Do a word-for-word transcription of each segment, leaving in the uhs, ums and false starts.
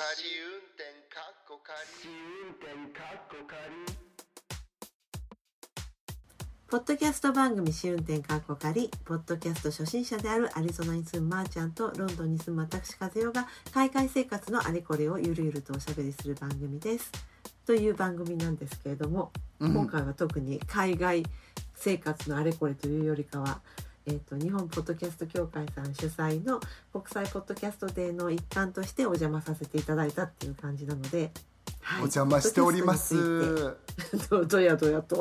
試運転かっこ仮試運転かっこ仮ポッドキャスト番組試運転かっこ仮ポッドキャスト初心者であるアリゾナに住むまーちゃんとロンドンに住む私和代が海外生活のあれこれをゆるゆるとおしゃべりする番組ですという番組なんですけれども、うん、今回は特に海外生活のあれこれというよりかはえー、と日本ポッドキャスト協会さん主催の国際ポッドキャストデーの一環としてお邪魔させていただいたっていう感じなので、 はい、お邪魔しておりますど, どやどやと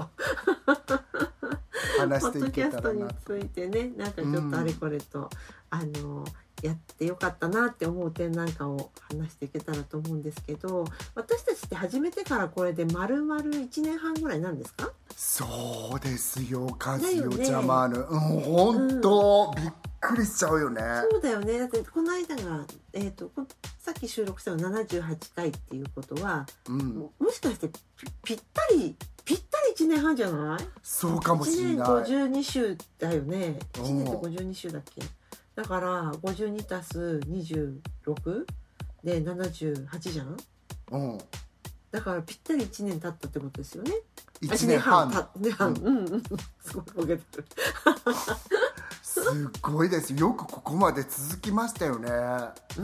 話していけたらな。 ポッドキャストについてねなんかちょっとあれこれと、うん、あのやってよかったなって思う点なんかを話していけたらと思うんですけど、私たちって始めてからこれで丸々いちねんはんぐらいなんですか？ そうですよ、カズヨジャマーヌ、うん、本当、うん、びっくりしちゃうよね。 そうだよね。だってこの間が、えー、とさっき収録したのななじゅうはちかいっていうことは、うん、も, もしかして ぴ, ぴったりぴったりいちねんはんじゃない？ そうかもしれない。いちねんごじゅうに週だよね。いちねんってごじゅうに週だっけ？だからごじゅうにたすにじゅうろくでななじゅうはちじゃん。うん。だからぴったりいちねん経ったってことですよね。 いちねんはん。 いちねんはん。うん、うんうん。すごいボケてる。 すごいです。よくここまで続きましたよね。 うん、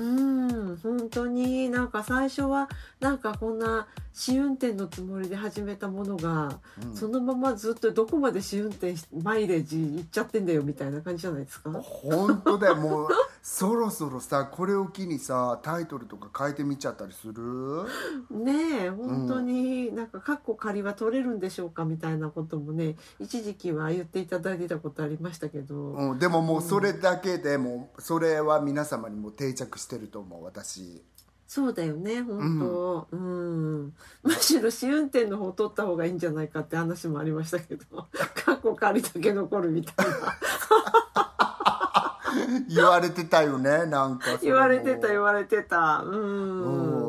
本当になんか最初はなんかこんな試運転のつもりで始めたものが、うん、そのままずっとどこまで試運転マイレージいっちゃってんだよみたいな感じじゃないですか。 本当だよ。もうそろそろさこれを機にさタイトルとか変えてみちゃったりする？ ねえ本当に、うん、なんかカッコ仮は取れるんでしょうかみたいなこともね一時期は言っていただいてたことありましたけど、 うん、でももうそれだけでもうそれは皆様にも定着してると思う。私そうだよね本当、うん、うん、むしろ試運転の方を取った方がいいんじゃないかって話もありましたけどカッコ仮だけ残るみたいな言われてたよね。なんか言われてた言われてたうん、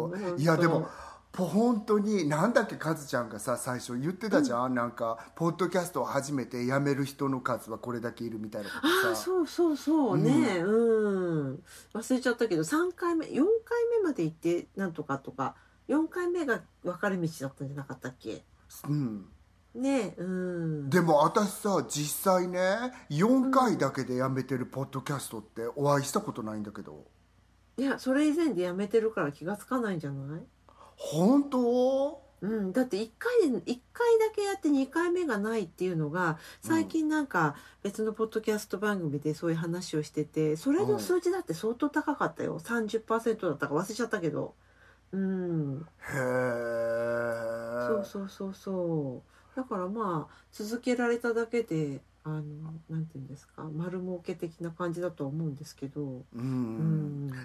うん、いやでも本当になんだっけカズちゃんがさ最初言ってたじゃん、うん、なんかポッドキャストを初めてやめる人の数はこれだけいるみたいなことさ。 あそうそうそうね、うん、うん、忘れちゃったけどさんかいめよんかいめまで行ってなんとかとかよんかいめが分かれ道だったんじゃなかったっけ？うんね、うん、 でも私さ実際ねよんかいだけでやめてるポッドキャストってお会いしたことないんだけど、 いやそれ以前でやめてるから気がつかないんじゃない？ 本当？ うん、だっていっかいでいっかいだけやってにかいめがないっていうのが最近なんか別のポッドキャスト番組でそういう話をしてて、それの数字だって相当高かったよ。 さんじゅっパーセント だったか忘れちゃったけど、うん、 へえ。 そうそうそうそうだからまあ続けられただけであのなんていうんですか丸儲け的な感じだと思うんですけど、うん、 うん、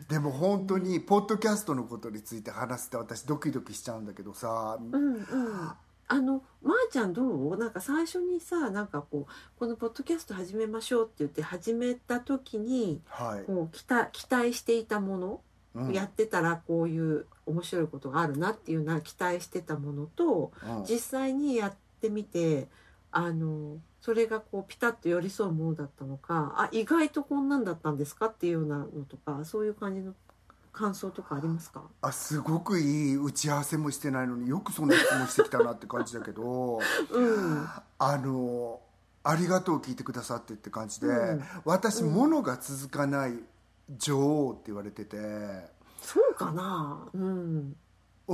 でも本当にポッドキャストのことについて話して私ドキドキしちゃうんだけどさ、 うんうん、あのまーちゃんどう？なんか最初にさなんかこうこのポッドキャスト始めましょうって言って始めた時に、はい、こう期待、期待していたもの、うん、やってたらこういう面白いことがあるなっていうのは期待してたものと、うん、実際にやってみてあのそれがこうピタッと寄り添うものだったのか、あ意外とこんなんだったんですかっていうようなのとかそういう感じの感想とかありますか？ あすごくいい打ち合わせもしてないのによくそんな質問してきたなって感じだけど、うん、あのありがとう聞いてくださってって感じで、うん、私、うん、物が続かない女王って言われてて。 そうかな、うん、 うん、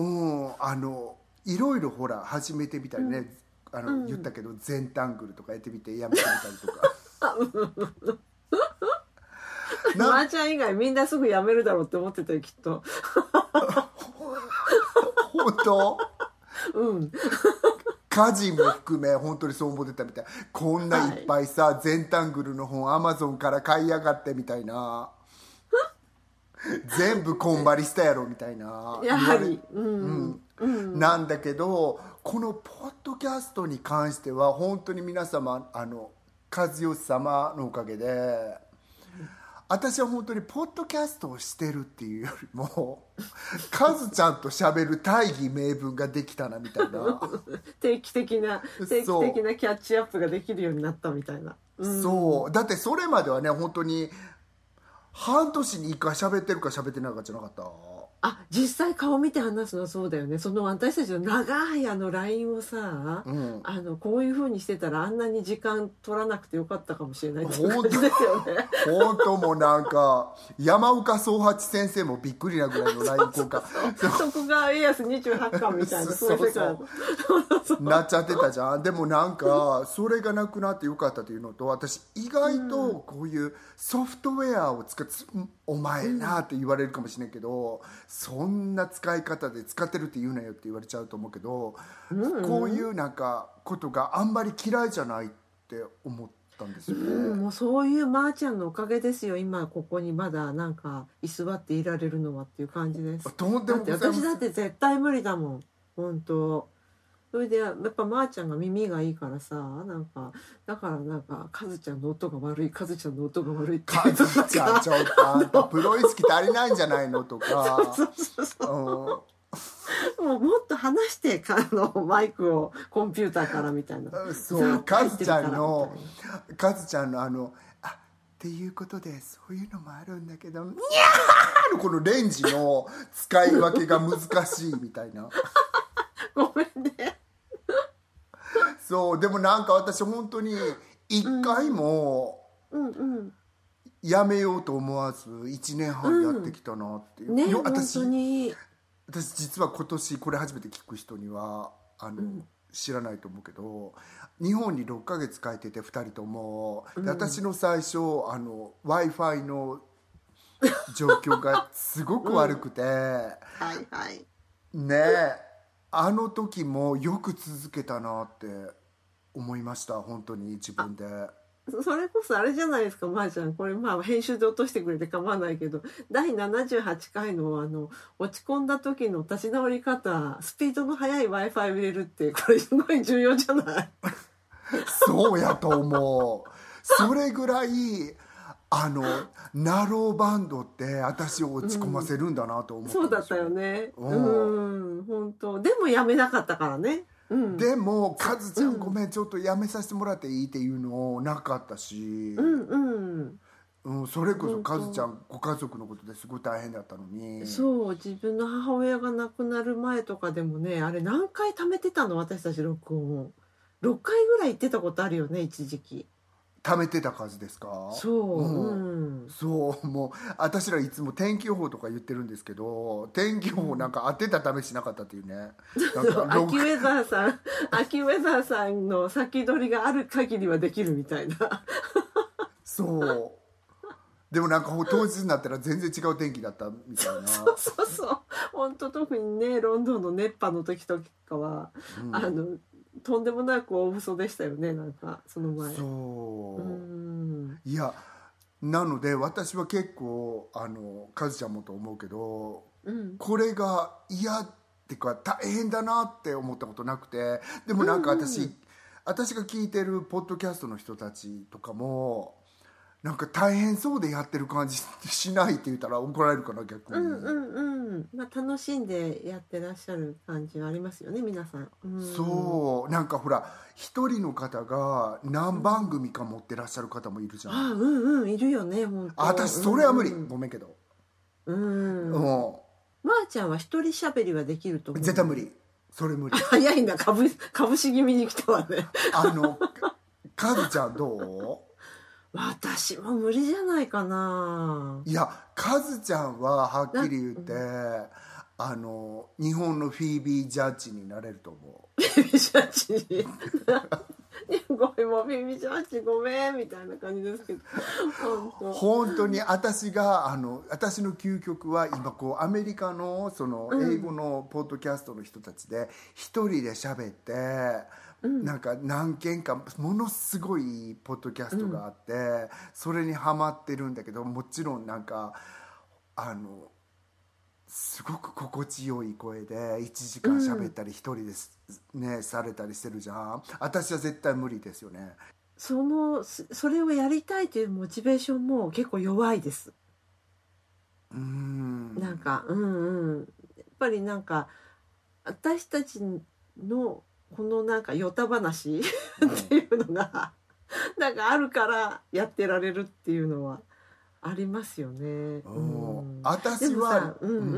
あのいろいろほら始めてみたりね、うん、あの、うん、言ったけど全タングルとかやってみてやめてみたりとかまーちゃん以外みんなすぐやめるだろうって思ってたよきっと本当？ うん家事も含め本当にそう思ってたみたい。こんないっぱいさ、はい、全タングルの本アマゾンから買いやがってみたいな全部こんまりしたやろみたいなやはり、 うんうん、なんだけどこのポッドキャストに関しては本当に皆様あの和義様のおかげで私は本当にポッドキャストをしてるっていうよりもカズちゃんと喋る大義名分ができたなみたいな定期的な定期的なキャッチアップができるようになったみたいな、 うん、そうだってそれまではね本当に半年にいっかい喋ってるか喋ってないかじゃなかった。 あ、実際顔見て話すのはそうだよね。その私たちの長いあの ライン をさ、うん、あのこういう風にしてたらあんなに時間取らなくてよかったかもしれないっていう感じですよね。 本当もうなんか山岡宗八先生もびっくりなぐらいの ライン 交換。 徳川家康にじゅうはちかんみたいなそういう世界なっちゃってたじゃん。でもなんかそれがなくなってよかったというのと、私意外とこういうソフトウェアを使って、うん、お前なって言われるかもしれないけど、そんな使い方で使ってるって言うなよって言われちゃうと思うけど、うんうん、こういうなんかことがあんまり嫌いじゃないって思ったんですよね、 うん、もうそういうまーちゃんのおかげですよ、今ここにまだなんか居座っていられるのはっていう感じです。 とんでもございません。 だって私だって絶対無理だもん本当。それでやっぱまーちゃんが耳がいいからさ、なんかだからなんかカズちゃんの音が悪いカズちゃんの音が悪いってカズちゃんちょっとあんたプロ意識足りないんじゃないのとかそうそうそう、うん、もうもっと離してあのマイクをコンピューターからみたいな。 そうカズちゃんのカズちゃんのあのあっていうことでそういうのもあるんだけどにゃーのこのレンジの使い分けが難しいみたいなごめんね。 そうでもなんか私本当に一回もやめようと思わずいちねんはんやってきたなっていう、 うんね、 私本当に私実は今年これ初めて聞く人にはあの、うん、知らないと思うけど日本にろっかげつ帰っててふたりとも、うん、私の最初あの Wi-Fi の状況がすごく悪くて、うん、 はいはいねえあの時もよく続けたなって思いました本当に自分で。 それこそあれじゃないですかまーちゃん、これまあ編集で落としてくれて構わないけどだいななじゅうはちかいのあの落ち込んだ時の立ち直り方、スピードの速い Wi-Fi を入れるってこれすごい重要じゃないそうやと思う。それぐらいあのナローバンドって私を落ち込ませるんだなと思って、 うん、そうだったよね。うん本当でもやめなかったからね、うん、 でもカズちゃん、うん、ごめんちょっとやめさせてもらっていいっていうのなかったし、 うんうんうん、それこそカズちゃんご家族のことですごい大変だったのに。 そう自分の母親が亡くなる前とかでもねあれ何回貯めてたの私たち録音をろっかいぐらい行ってたことあるよね一時期。 貯めてた数ですか。 そう、うん、 そうもう私らいつも天気予報とか言ってるんですけど天気予報なんか当てた試しなかったっていうね、 うん、なんか秋ウェザーさん秋ウェザーさんの先取りがある限りはできるみたいなそうでもなんか当日になったら全然違う天気だったみたいなそうそうそう本当特にねロンドンの熱波の時とかは、うん、あのとんでもなく大嘘でしたよねなんかその前。 そう、 うん、 いやなので私は結構あのカズちゃんもと思うけど、うん、これが嫌っていうか大変だなって思ったことなくて、でもなんか私、うんうん、私が聞いてるポッドキャストの人たちとかもなんか大変そうでやってる感じしないって言ったら怒られるかな逆に。 うんうんうん、まあ、楽しんでやってらっしゃる感じはありますよね皆さん、うん、 そうなんかほら一人の方が何番組か持ってらっしゃる方もいるじゃん、 あうんうんいるよね本当。 私それは無理、うんうん、ごめんけどうん、うん、まーちゃんは一人喋りはできると思う。 絶対無理それ無理早いんだ株株式見に来たわねあのカズちゃんどう私も無理じゃないかな。 いやカズちゃんははっきり言って、うん、あの日本のフィービー・ジャッジになれると思う。 フィービー・ジャッジごめんもうフィービー・ジャッジごめんみたいな感じですけど本当本当に私があの私の究極は今こうアメリカのその英語のポッドキャストの人たちで一人で喋って、うん、なんか何件かものすごいポッドキャストがあって、うん、それにハマってるんだけどもちろんなんかあのすごく心地よい声でいちじかん喋ったり一人で、ね、されたりしてるじゃん。私は絶対無理ですよね。 そのそれをやりたいというモチベーションも結構弱いです。 うーんなんかうんうんやっぱりなんか私たちのこのなんかヨタ話っていうのがなんかあるからやってられるっていうのはありますよね。 ううんん、私は、 うんうんうんうん、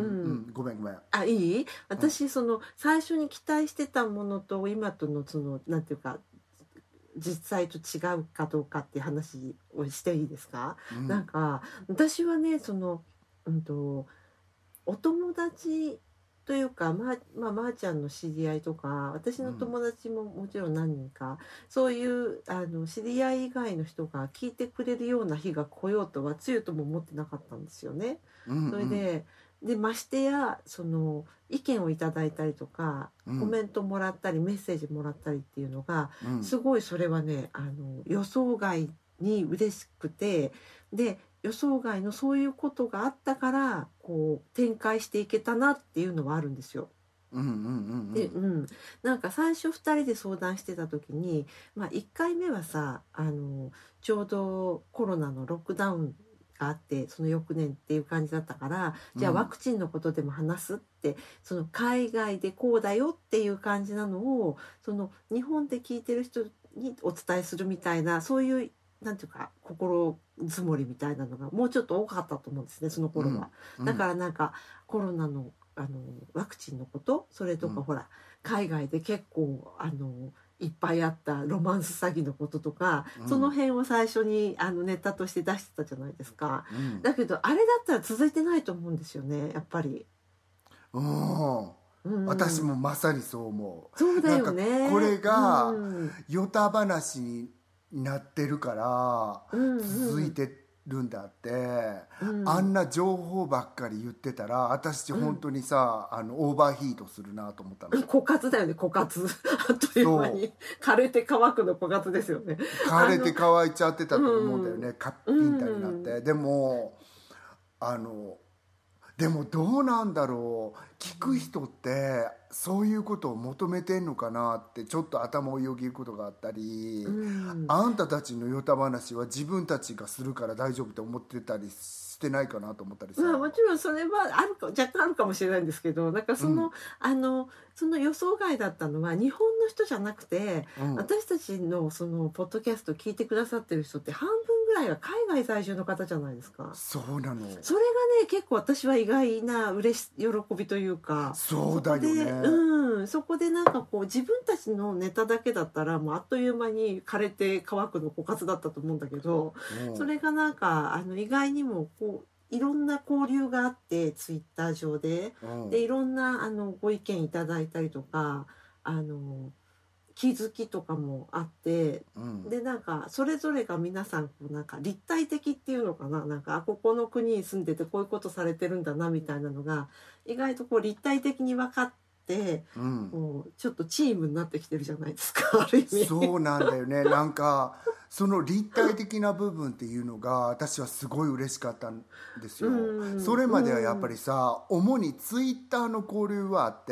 ごめんごめん。 あ、いい？私、その最初に期待してたものと今とのそのなんていうか実際と違うかどうかっていう話をしていいですか？ うん、 なんか私はね、その、うんと、お友達というか、まあまあ、まーちゃんの知り合いとか私の友達ももちろん何人か、そういうあの知り合い以外の人が聞いてくれるような日が来ようとはつゆとも思ってなかったんですよね。 うんうん、 それで、でましてやその意見をいただいたりとか、 うん、 コメントもらったりメッセージもらったりっていうのが、 うん、 すごいそれはね、あの予想外に嬉しくて、で予想外のそういうことがあったからこう展開していけたなっていうのはあるんですよ。 うんうんうんで、うん、なんか最初ふたりで相談してた時に、まあ、いっかいめはさ、あのちょうどコロナのロックダウンがあってその翌年っていう感じだったから、じゃあワクチンのことでも話すって、その海外でこうだよっていう感じなのをその日本で聞いてる人にお伝えするみたいな、そういうなんていうか心づもりみたいなのがもうちょっと多かったと思うんですね、その頃は。 うん、 だからなんかコロナのあのワクチンのこと、それとか、 うん、 ほら海外で結構あのいっぱいあったロマンス詐欺のこととか、 うん、 その辺を最初にあのネタとして出してたじゃないですか。 うん、 だけどあれだったら続いてないと思うんですよね、やっぱり。 うん、 うん、 私もまさにそう思う。 そうだよね。 なんかこれがうんヨタ話になってるからうん続いてるんだって、 うん、 あんな情報ばっかり言ってたら私本当にさ、あのオーバーヒートするなと思ったの。 枯渇だよね、枯渇。あっという間に枯れて乾くの枯渇ですよね。 枯れて乾いちゃってたと思うんだよね、 うん、 カッピンタになって、うん、でもあのでもどうなんだろう、聞く人ってそういうことを求めてんのかなってちょっと頭をよぎることがあったり、うん、あんたたちのヨタ話は自分たちがするから大丈夫って思ってたりしてないかなと思ったりさ、 まあ、もちろんそれはあるか、若干あるかもしれないんですけど、なんかその、うん、あのその予想外だったのは日本の人じゃなくて、うん、私たちのそのポッドキャスト聞いてくださってる人って半分ぐらいは海外在住の方じゃないですか。 そうなの。 それがね結構私は意外な嬉し喜びというか、 そうだよね。 そこで、うん、そこでなんかこう自分たちのネタだけだったらもうあっという間に枯れて乾くの枯渇だったと思うんだけど、うん、それがなんかあの意外にもこういろんな交流があってツイッター上で、うん、でいろんなあのご意見いただいたりとか、あの気づきとかもあって、うん、でなんかそれぞれが皆さんこうなんか立体的っていうのかな、なんかあここの国に住んでてこういうことされてるんだなみたいなのが意外とこう立体的に分かって、うん、こうちょっとチームになってきてるじゃないですか、ある意味。 そうなんだよね。なんかその立体的な部分っていうのが私はすごい嬉しかったんですよ。それまではやっぱりさ、主にツイッターの交流はあって、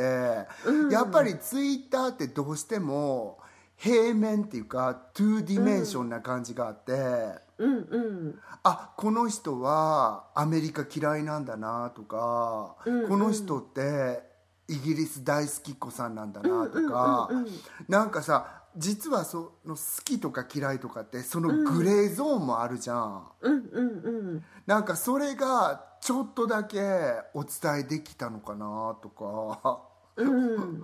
やっぱりツイッターってどうしても平面っていうかトゥーディメンションな感じがあって、 うんうん、 あこの人はアメリカ嫌いなんだなとか、うんうん、この人ってイギリス大好きっ子さんなんだなとか、うんうんうんうん、なんかさ実はその好きとか嫌いとかってそのグレーゾーンもあるじゃん、 うんうんうん、 なんかそれがちょっとだけお伝えできたのかなとか、うん、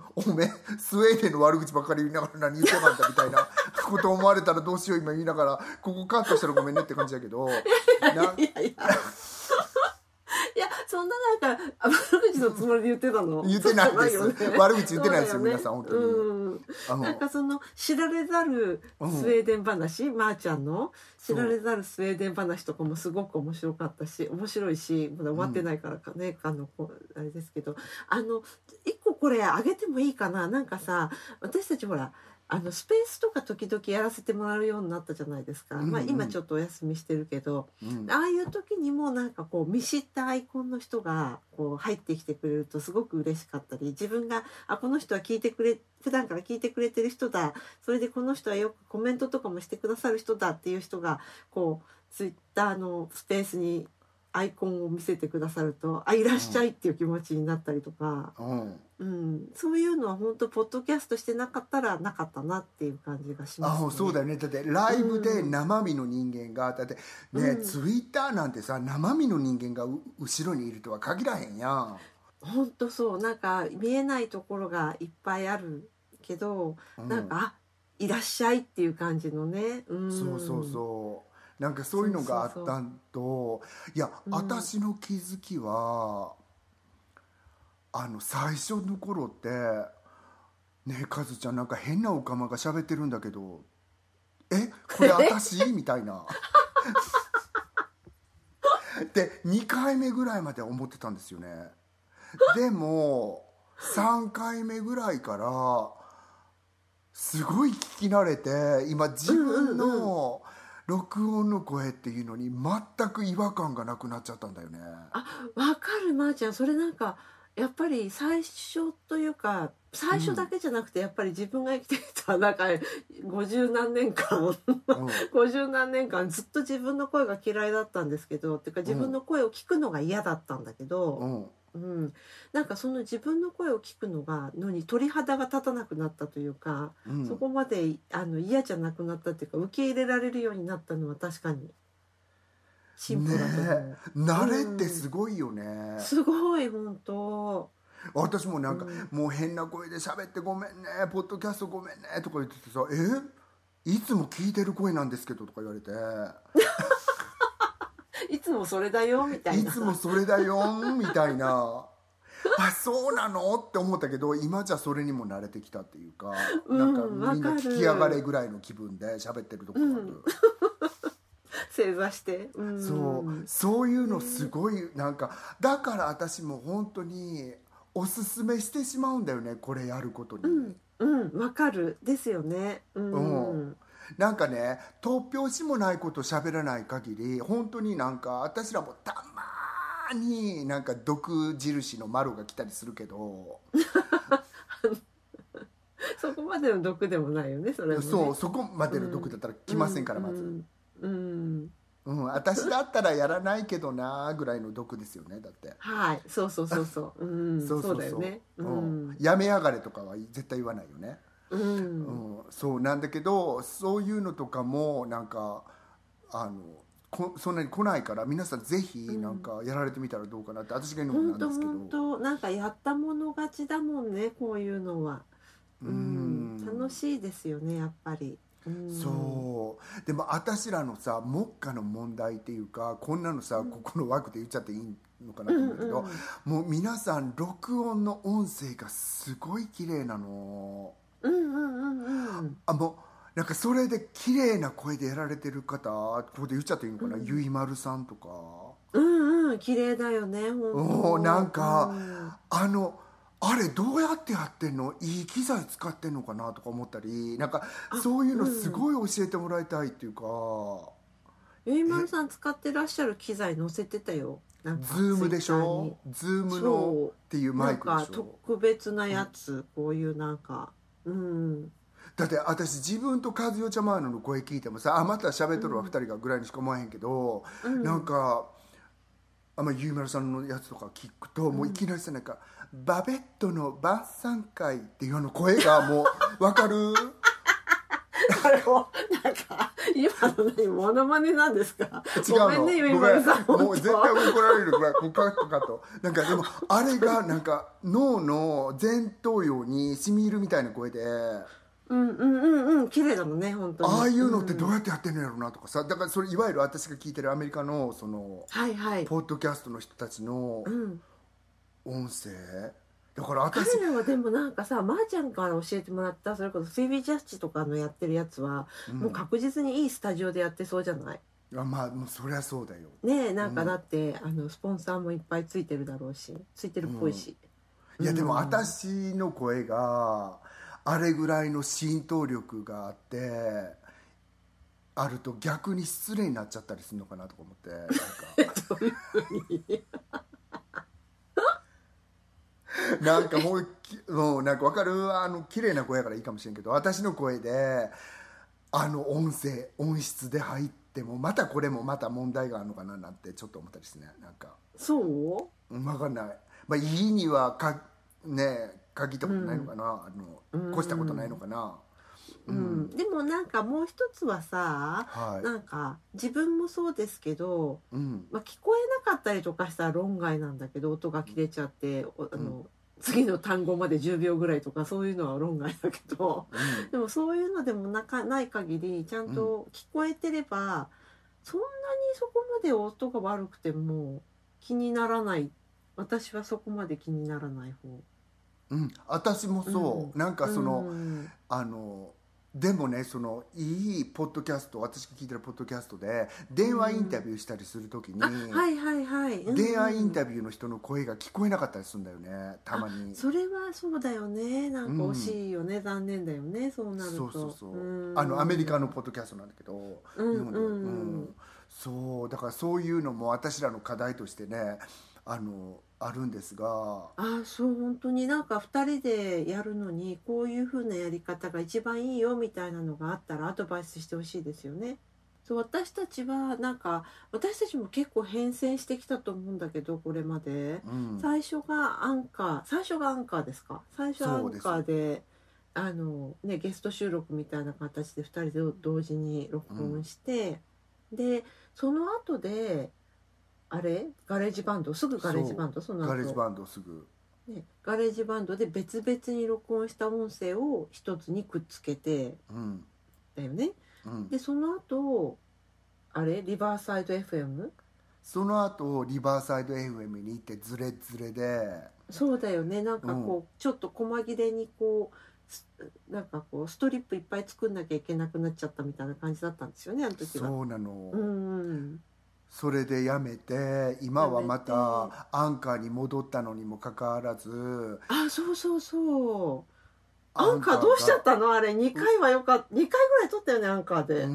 おめスウェーデンの悪口ばっかり言いながら何言ってたんだみたいなこと思われたらどうしよう今言いながらここカットしたらごめんねって感じだけど、いやいやいやいやいやそんななんか悪口のつもりで言ってたの？ 言ってないです、ね、悪口言ってないですよ、ね、皆さん本当に、 うん、なんかその知られざるスウェーデン話、うん、まーちゃんの知られざるスウェーデン話とかもすごく面白かったし面白いしまだ終わってないからかね、うん、あのあれですけど、あの一個これあげてもいいかな。なんかさ私たちほらあのスペースとか時々やらせてもらうようになったじゃないですか、うんうん、まあ、今ちょっとお休みしてるけど、うん、ああいう時にもなんかこう見知ったアイコンの人がこう入ってきてくれるとすごく嬉しかったり、自分があこの人は聞いてくれ普段から聞いてくれてる人だ、それでこの人はよくコメントとかもしてくださる人だっていう人がこうツイッターのスペースにアイコンを見せてくださると、あいらっしゃいっていう気持ちになったりとか、 うんうん、そういうのは本当ポッドキャストしてなかったらなかったなっていう感じがしますね。 あ、そうだよね。だってライブで生身の人間が、だってね、 うん、 ツイッターなんてさ、生身の人間が後ろにいるとは限らへんやん。 本当そう、なんか見えないところがいっぱいあるけど、うん、なんかあいらっしゃいっていう感じのね、うん、 そうそうそう、なんかそういうのがあったんと、いや、うん、私の気づきはあの最初の頃ってねえ、カズちゃんなんか変なオカマが喋ってるんだけど、えこれ私みたいなでにかいめぐらいまで思ってたんですよね。でもさんかいめぐらいからすごい聞き慣れて、今自分の録音の声っていうのに全く違和感がなくなっちゃったんだよね。 あ、わかる、まーちゃん。それなんかやっぱり最初というか最初だけじゃなくて、やっぱり自分が生きてきたなんかごじゅうなんねんかんごじゅうなんねんかんずっと自分の声が嫌いだったんですけど、っていうか自分の声を聞くのが嫌だったんだけど、うんうん、なんかその自分の声を聞くのがのに鳥肌が立たなくなったというか、うん、そこまであの嫌じゃなくなったっていうか、受け入れられるようになったのは確かに進歩だと思う、ね、 慣れってすごいよね、 うん、すごい本当。 私もなんか、うん、もう変な声で喋ってごめんね、ポッドキャストごめんねとか言っててさ、えいつも聞いてる声なんですけどとか言われていつもそれだよみたいな、 いつもそれだよみたいなあ、そうなのって思ったけど、今じゃそれにも慣れてきたっていうか、うん、なんかみんな聞き上がれぐらいの気分で喋ってるところある、うん、 正座して、 うん、そうそういうのすごいなんか、だから私も本当におすすめしてしまうんだよね、これやることに。 うんうん、わかるですよね、うん、 うん、なんかね、突拍子もないこと喋らない限り本当になんか私らもたまになんか毒印のマロが来たりするけどそこまでの毒でもないよね、それもね。 そうそこまでの毒だったら来ませんから、うん、まず、うんうんうん、私だったらやらないけどなぐらいの毒ですよね、だって。 はい、そうそうそうそう、うん、そうそうそう、そうだよね、うん、 やめやがれとかは絶対言わないよね、 うんうん、そうなんだけど、そういうのとかもなんかあのこそんなに来ないから、皆さんぜひなんかやられてみたらどうかなって、私が言うのもなんですけど、 本当本当なんかやったもの勝ちだもんね、こういうのは、うん、うん、楽しいですよね、やっぱり。うん、 そうでも私らのさ目下の問題っていうか、こんなのさ、うん、ここの枠で言っちゃっていいのかなと思うけど、うんうん、もう皆さん録音の音声がすごい綺麗なの、 うんうんうんうん、 あ、もうなんかそれで綺麗な声でやられてる方、ここで言っちゃっていいのかな、うん、ゆいまるさんとか、 うんうん、綺麗だよね、 本当。なんか、うん、あのあれどうやってやってんの、いい機材使ってんのかなとか思ったり、なんかそういうのすごい教えてもらいたいっていうか、 ゆいまるさん使ってらっしゃる機材載せてたよ、なんかズームでしょ、ズームのっていうマイクでしょ、 なんか特別なやつ、うん、こういうなんか、うん、 だって私自分と和代ちゃまの声聞いてもさ、あまた喋っとるわふたりがぐらいにしか思わへんけど、うん、なんかあんまゆいまるさんのやつとか聞くと、もういきなりさ、なんかバベットの晩餐会っていうあの声がもう分かるあれもなんか今の何モノマネなんですか。 違うの、 ごめんね、ゆいまるさん、 もう絶対怒られるぐらいこかとかと、なんかでもあれがなんか脳の前頭葉に染み入るみたいな声で、 うんうんうんうん、綺麗だもんね、本当に。 ああいうのってどうやってやってんのやろうなとかさ、だからそれいわゆる私が聞いてるアメリカのその、 はいはい、 ポッドキャストの人たちの音声、うん、だから私彼らはでもなんかさ、まーちゃんから教えてもらったそれこそフィービージャッジとかのやってるやつは、うん、もう確実にいいスタジオでやってそうじゃない。 あ、まあもうそりゃそうだよねえ、なんかだって、うん、あのスポンサーもいっぱいついてるだろうし、ついてるっぽいし、 うん、いやでも私の声があれぐらいの浸透力があってあると逆に失礼になっちゃったりするのかなとか思って、なんかどういうふうになんかもう、もうなんか分かる、あの綺麗な声やからいいかもしれんけど、私の声であの音声音質で入っでもまたこれもまた問題があるのかななんてちょっと思ったりしてね。なんかそう分かんない、まあ、いいにはかね限ったことないのかな、うん、あの越したことないのかな、 うんうん、でもなんかもう一つはさ、はい、なんか自分もそうですけど、うんまあ、聞こえなかったりとかしたら論外なんだけど、音が切れちゃってあの、うん次の単語までじゅうびょうぐらいとかそういうのは論外だけど、うん、でもそういうのでもなかない限りちゃんと聞こえてれば、うん、そんなにそこまで音が悪くても気にならない。私はそこまで気にならない方。 うん、私もそう、うん、なんかその、うん、あのでもね、そのいいポッドキャスト、私が聞いてるポッドキャストで電話インタビューしたりするときに、うん、はいはいはい、うん、電話インタビューの人の声が聞こえなかったりするんだよね、たまに。 それはそうだよね、なんか惜しいよね、うん、残念だよね、そうなると。 そうそうそう、うん、あのアメリカのポッドキャストなんだけど、うんうんうん、そうだからそういうのも私らの課題としてね、あのあるんですが、 あ、そう本当になんかふたりでやるのにこういう風なやり方が一番いいよみたいなのがあったらアドバイスしてほしいですよね。そう、私たちはなんか私たちも結構変遷してきたと思うんだけど、これまで、うん、最初がアンカー最初がアンカーですか最初アンカーであの、ね、ゲスト収録みたいな形でふたりで同時に録音して、うん、でその後であれガレージバンドすぐガレージバンドその後ガレージバンドすぐ、 ね、ガレージバンドで別々に録音した音声を一つにくっつけて、うん、だよね、うん、でその後あれリバーサイド エフエムその後リバーサイド エフエム に行ってズレズレで、 そうだよね、なんかこう、うん、ちょっと細切れにこうなんかこうストリップいっぱい作んなきゃいけなくなっちゃったみたいな感じだったんですよね、あの時は。 そうなの、 うん、 それでやめて今はまたアンカーに戻ったのにもかかわらず、 あ、そうそうそう、アンカーどうしちゃったのあれ。にかいはよかった、にかいぐらい撮ったよねアンカーで。うん、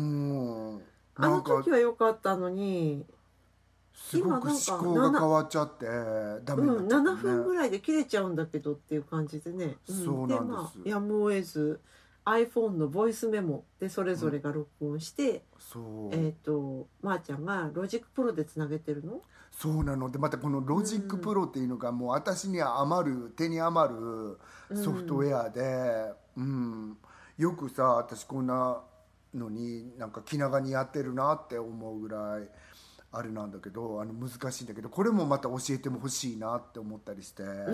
あの時はよかったのにすごく思考が変わっちゃってダメになっちゃったね、うん、 ななふんぐらいで切れちゃうんだけどっていう感じでね、 うん、そうなんです。で、まあ、やむを得ず iPhone のボイスメモでそれぞれが録音して、うん、そうえっ、ー、とまーちゃんがロジックプロでつなげてるの。 そうなので、またこのロジックプロっていうのがもう私には余る手に余るソフトウェアで、うんうん、よくさ私こんなのになんか気長にやってるなって思うぐらいあれなんだけど、あの難しいんだけど、これもまた教えても欲しいなって思ったりして、うん、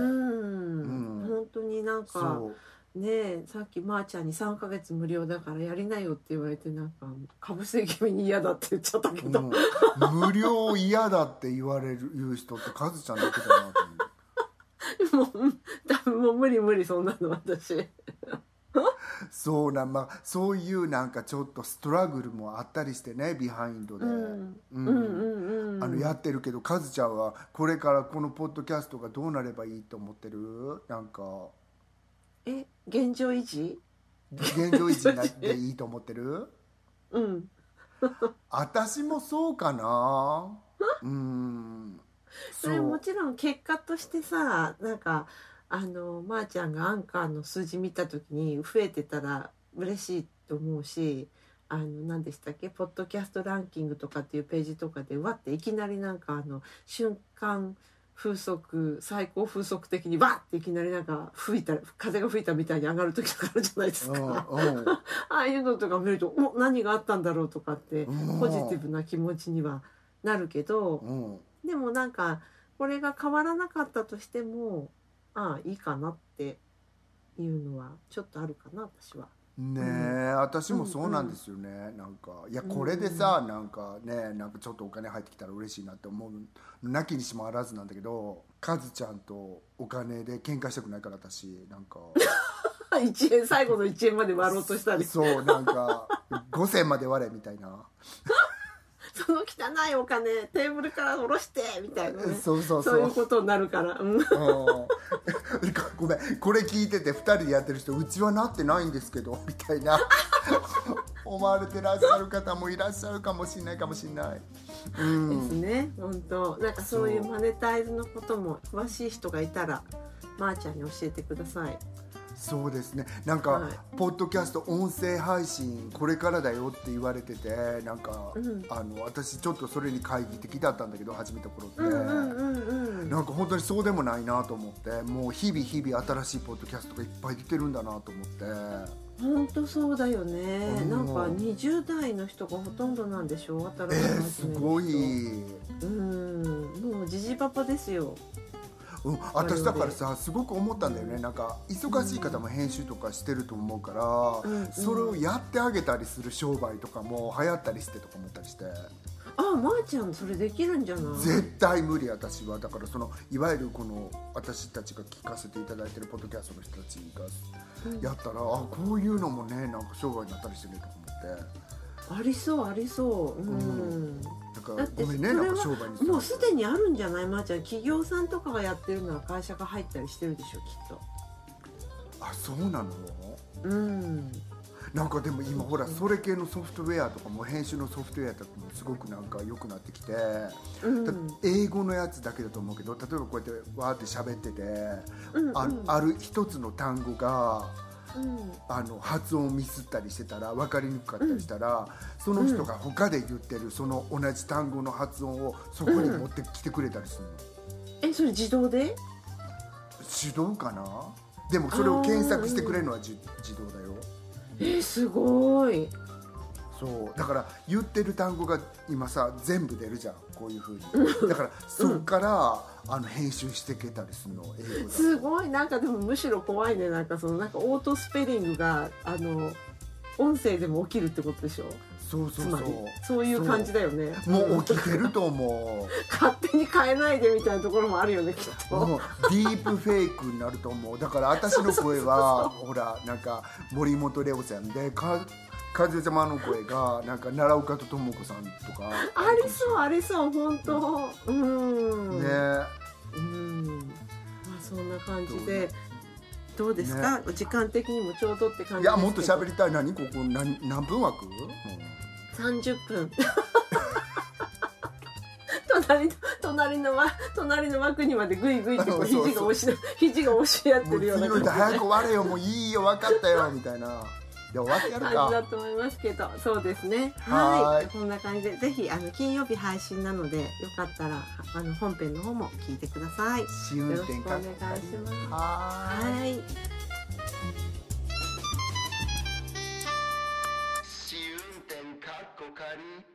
うん、本当になんかねえ、さっきまーちゃんにさんかげつ無料だからやりなよって言われて、なんかかぶせ気味に嫌だって言っちゃったけど、うん、 無料嫌だって言われる言う人ってカズちゃんだけだなと思うもう多分もう無理無理そんなの私そうな、まあ、そういうなんかちょっとストラグルもあったりしてね、ビハインドで、うんうんうんうん、あのやってるけど、カズちゃんはこれからこのポッドキャストがどうなればいいと思ってる？なんかえ現状維持現状維持になっていいと思ってる？うん私もそうかなうん、 それもちろん結果としてさ、なんかあのまーちゃんがアンカーの数字見た時に増えてたら嬉しいと思うし、あの何でしたっけ、ポッドキャストランキングとかっていうページとかでわっていきなりなんかあの瞬間風速最高風速的にわっていきなりなんか吹いた風が吹いたみたいに上がる時とかあるじゃないですかああいうのとか見るとお何があったんだろうとかってポジティブな気持ちにはなるけど、でもなんかこれが変わらなかったとしてもああいいかなっていうのはちょっとあるかな私は。 ねえ、うん、私もそうなんですよね、うんうん、なんかいやこれでさ、うん、なんかねなんかちょっとお金入ってきたら嬉しいなって思うなきにしもあらずなんだけど、カズちゃんとお金で喧嘩したくないから私なんかいちえん最後のいちえんまで割ろうとしたりそうなんかごせんまで割れみたいなその汚いお金テーブルから下ろしてみたいな、ね、 そうそうそうそういうことになるから、うん、 ごめんこれ聞いててふたりでやってる人うちはなってないんですけどみたいな思われてらっしゃる方もいらっしゃるかもしれないかもしれない、 うん、ですね。本当なんかそういうマネタイズのことも詳しい人がいたらまーちゃんに教えてください。 そうですね、なんか、はい、ポッドキャスト音声配信これからだよって言われてて、なんか、うん、あの私ちょっとそれに懐疑的だったんだけど始めた頃って、うんうんうんうん、なんか本当にそうでもないなと思って、もう日々日々新しいポッドキャストがいっぱい出てるんだなと思って。 本当そうだよね、うん、なんかにじゅう代の人がほとんどなんでしょ、新しい、 えー、すごい、 うん、もうジジパパですよ。 うん、私だからさすごく思ったんだよね、なんか忙しい方も編集とかしてると思うから、うん、それをやってあげたりする商売とかも流行ったりしてとか思ったりして、 ああ、まーちゃんそれできるんじゃない？ 絶対無理、私は。だからそのいわゆるこの私たちが聞かせていただいてるポッドキャストの人たちがやったら、うん、あこういうのもねなんか商売になったりしてると思って。 ありそうありそう、うん、うん、 だからごめんね、なんか商売にもうすでにあるんじゃない？まーちゃん、企業さんとかがやってるのは会社が入ったりしてるでしょ、きっと。あ、 そうなの？ うん。 なんかでも今ほらそれ系のソフトウェアとかも編集のソフトウェアとかもすごくなんか良くなってきて、うん、英語のやつだけだと思うけど、例えばこうやってわーって喋ってて、うんうん、あ, ある一つの単語がうん、あの発音ミスったりしてたら分かりにくかったりしたら、うん、その人が他で言ってるその同じ単語の発音をそこに持ってきてくれたりするの、 うん、えそれ自動で？ 手動かな。でもそれを検索してくれるのは、うん、自動だよ。 えすごい。 そうだから言ってる単語が今さ全部出るじゃん、こういう風に。だからそっから、うん、あの編集してけたりするの、英語だと。 すごい。なんかでもむしろ怖いね。なんかそのなんかオートスペリングがあの音声でも起きるってことでしょ。 そうそうそう、 そういう感じだよね。 もう起きてると思う。 勝手に変えないでみたいなところもあるよね、きっと。 もうディープフェイクになると思う。だから私の声はほらなんか森本レオさんでか和代様の声がなんか奈良岡と智子さんとかありそうありそう、本当。うんね、 うん、まあそんな感じでどうですか、ね、時間的にもちょうどって感じですけど。いやもっと喋りたい。何ここ 何, 何分枠？もうさんじゅっぷん隣の隣の隣の枠にまでグイグイってこう肘が押し肘が押し合ってるような感じで、 早く終われよ、もういいよ分かったよみたいな。で終わってやるか感じだと思いますけど、そうですね。はい、こんな感じでぜひあの金曜日配信なのでよかったらあの本編の方も聞いてください。よろしくお願いします。はい。 試運転かっこ仮。